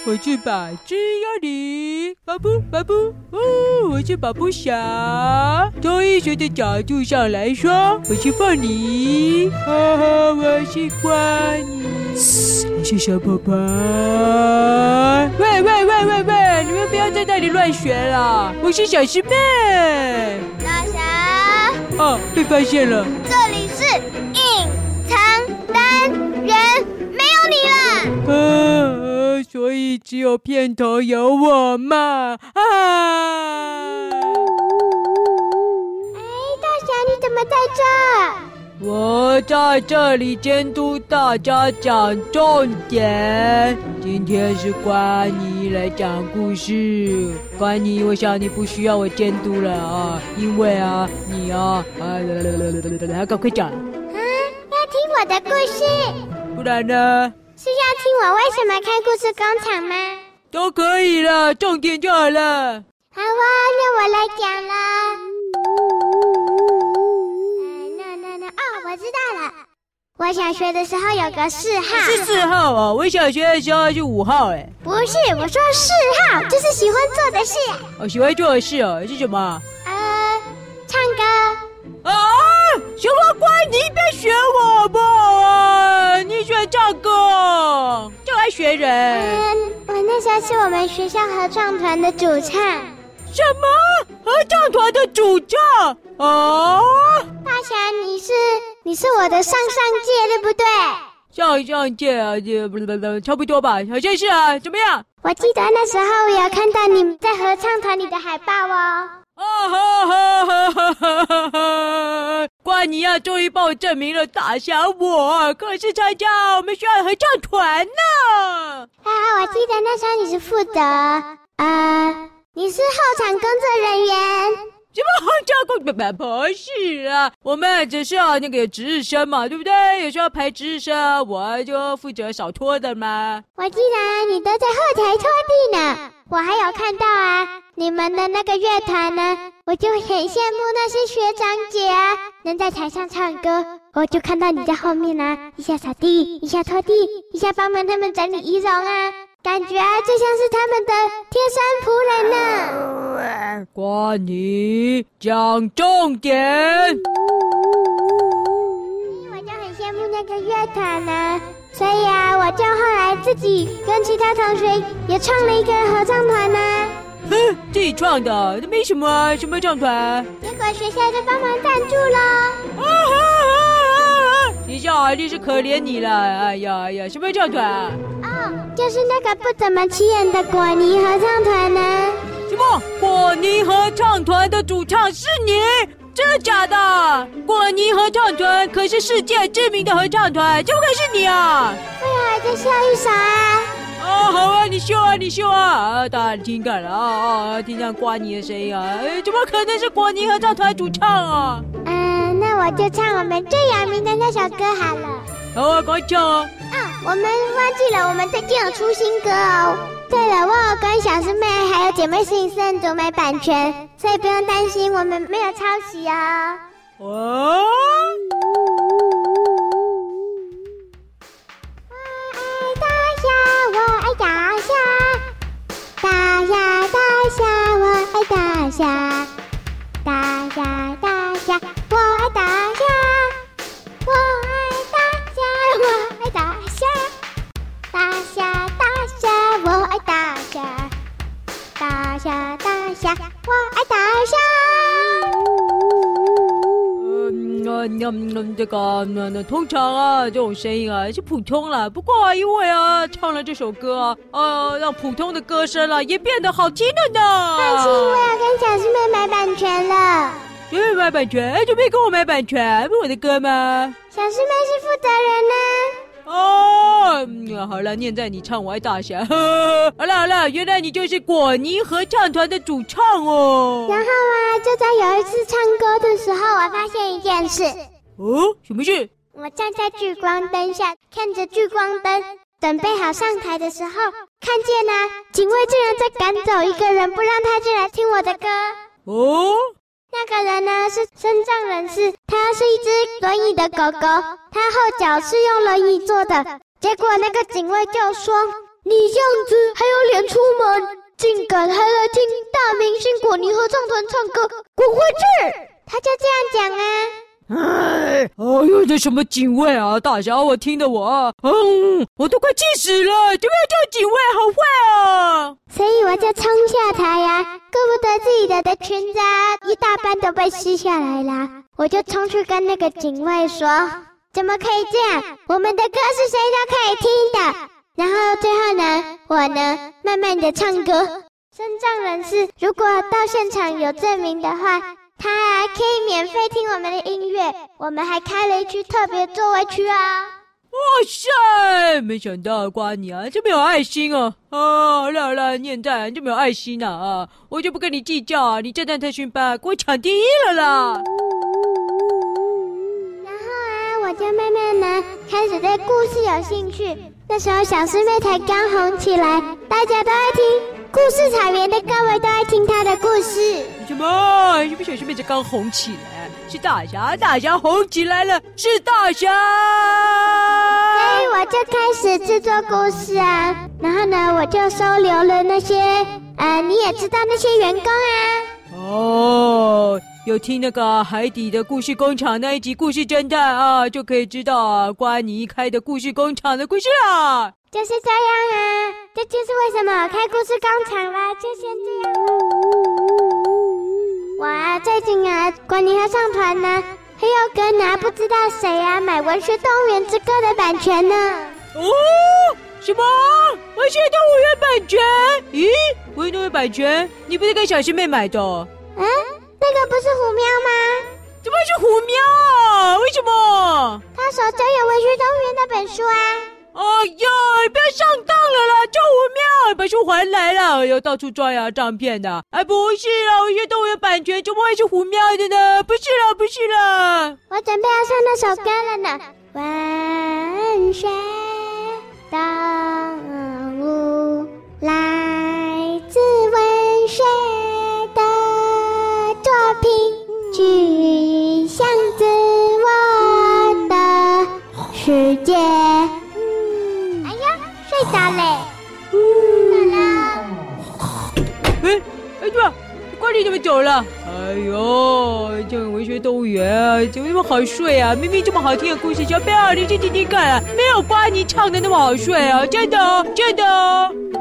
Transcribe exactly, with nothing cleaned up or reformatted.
我是把只有你，巴布巴布，哦，我是巴布侠。从医学的角度上来说，我是凤梨，哈哈，我是关你，我是小宝宝。喂喂喂喂喂，你们不要在那里乱学了，我是小师妹。 大侠， 哦，被发现了。 这里是隐藏单元，没有你了。 呃，所以只有片头有我嘛啊！ 哎，大侠，你怎么在这？ 我在这里监督大家讲重点。今天是关妮来讲故事。关妮，我想你不需要我监督了啊，因为啊，你啊，啊，来，赶快讲。 啊，要听我的故事？ 不然呢？ 是要听我为什么开故事工厂吗？ 都可以了，重点就好了。 好啊，那我来讲了。我知道了，我小学的时候有个四号， 是四号哦。我小学的时候是五号哎。 不是，我说四号就是喜欢做的事。 我喜欢做的事哦，是什么？ 呃，唱歌。 啊！什么关？你别学我吧！你喜欢唱歌，就爱学人。 嗯，我那时候是我们学校合唱团的主唱。 什么？合唱团的主唱？哦。 大侠，你是你是我的上上届，对不对？ 上上届啊，这不不不，差不多吧，好像是啊。怎么样？ 我记得那时候我有看到你在合唱团里的海报哦。 啊哈哈哈哈哈哈哈！关妮啊，终于帮我证明了大侠我可是参加我们学校合唱团呢。 啊，我记得那时候你是负责呃，你是后场工作人员。 什么后场工作？不是啊，我们只是要那个值日生嘛，对不对？有时候排值日生，我就负责扫拖的嘛。 我记得你都在后台拖地呢。我还有看到啊，你们的那个乐团呢，我就很羡慕那些学长姐啊，能在台上唱歌。我就看到你在后面啊，一下扫地，一下拖地，一下帮忙他们整理仪容啊，感觉啊，就像是他们的贴身仆人呢。 关妮，讲重点。 我就很羡慕那个乐团呢，所以啊，我就后来自己跟其他同学也创了一个合唱团呢。 哼，自己创的，那没什么啊，什么唱团？ 结果学校就帮忙赞助了。 啊哈啊！学校一定是可怜你了。哎呀哎呀，什么唱团啊？ 哦，就是那个不怎么起眼的果泥合唱团呢。 什么？果泥合唱团的主唱是你？真的假的？果泥合唱团可是世界知名的合唱团，怎么可能是你啊？ 我也还在秀一首啊。 哦，好啊，你秀啊，你秀啊！啊，当然听看了啊啊，听见关妮的声音啊，哎，怎么可能是果泥合唱团主唱啊？ 嗯，那我就唱我们最有名的那首歌好了。 好啊，快唱啊！ 啊，我们忘记了，我们最近有出新歌哦。对了，我有跟小师妹还有姐妹摄影师很组买版权，所以不用担心我们没有抄袭哦。 哦。 我爱大侠，大侠大侠，我爱大侠，大侠大侠，我爱大侠，我爱大侠，我爱大侠，大侠大侠，我爱大侠，大侠大侠，我爱大侠。 嗯嗯，这个那那通常啊，这种声音啊是普通了。不过啊，因为啊唱了这首歌啊，呃，让普通的歌声啊也变得好听了呢。 放心，我要跟小师妹买版权了。 准备买版权？准备跟我买版权？不是我的歌吗？ 小师妹是负责人呢。 哦、嗯，好了，念在你唱我爱大侠。呵呵好了好了，原来你就是果泥合唱团的主唱哦。 然后啊，就在有一次唱歌的时候，我发现一件事。 哦，什么事？ 我站在聚光灯下，看着聚光灯，准备好上台的时候，看见啊，警卫竟然在赶走一个人，不让他进来听我的歌。 哦。 那个人呢是身障人士，他是一只轮椅的狗狗，他后脚是用轮椅做的。结果那个警卫就说：“ 你这样子还有脸出门，竟敢还来听大明星果泥合唱团唱歌，滚回去！他就这样讲啊。 哎，哎呦，这什么警卫啊，大侠，我听得我，嗯，我都快气死了！怎么有这个警卫，好坏啊！ 所以我就冲下台呀、啊，顾不得自己的的裙子啊，一大半都被撕下来啦。我就冲去跟那个警卫说，怎么可以这样？我们的歌是谁都可以听的。然后最后呢，我呢慢慢的唱歌。身障人士如果到现场有证明的话，他还可以免费听我们的音乐，我们还开了一区特别座位区啊！ 哇塞，没想到瓜你啊，这么有爱心哦！啊，好了好了，念在你这么有爱心啊啊！我就不跟你计较啊，你侦探特训班给我抢第一了啦！ 然后啊，我就慢慢呢开始对故事有兴趣。那时候小师妹才刚红起来，大家都爱听故事彩棉的各位都爱听她的故事。 什么？什么小师妹才刚红起来？是大侠，大侠红起来了，是大侠！ 所以我就开始制作故事啊，然后呢，我就收留了那些呃，你也知道那些员工啊。 哦，有听那个海底的故事工厂那一集故事侦探啊，就可以知道啊，瓜尼开的故事工厂的故事啦。 就是这样啊，这就是为什么我开故事工厂啦，就先这样。我啊，最近啊，管理合唱团呢，还有跟啊，不知道谁啊，买《文学动物园之歌》的版权呢。 哦，什么？文学动物园版权？咦，文学动物园版权？你不是跟小师妹买的？ 嗯，那个不是虎喵吗？ 怎么是虎喵啊？为什么？ 他手中有《文学动物园》那本书啊。 哎呀，不要上当了啦！叫虎喵，把书还来了！要到处抓呀诈骗的。哎，不是啦，文学动物园版权怎么会是虎喵的呢？不是啦，不是啦。 我准备要唱那首歌了呢。文学动物来自文学的作品，具象自我的世界。睡着嘞，嗯，好了。 哎哎，对了，瓜你怎么走了？哎呦，这文学动物园啊，怎么那么好睡啊？明明这么好听的故事，小贝儿，你去听听看啊，没有瓜你唱的那么好睡啊，真的哦，真的哦。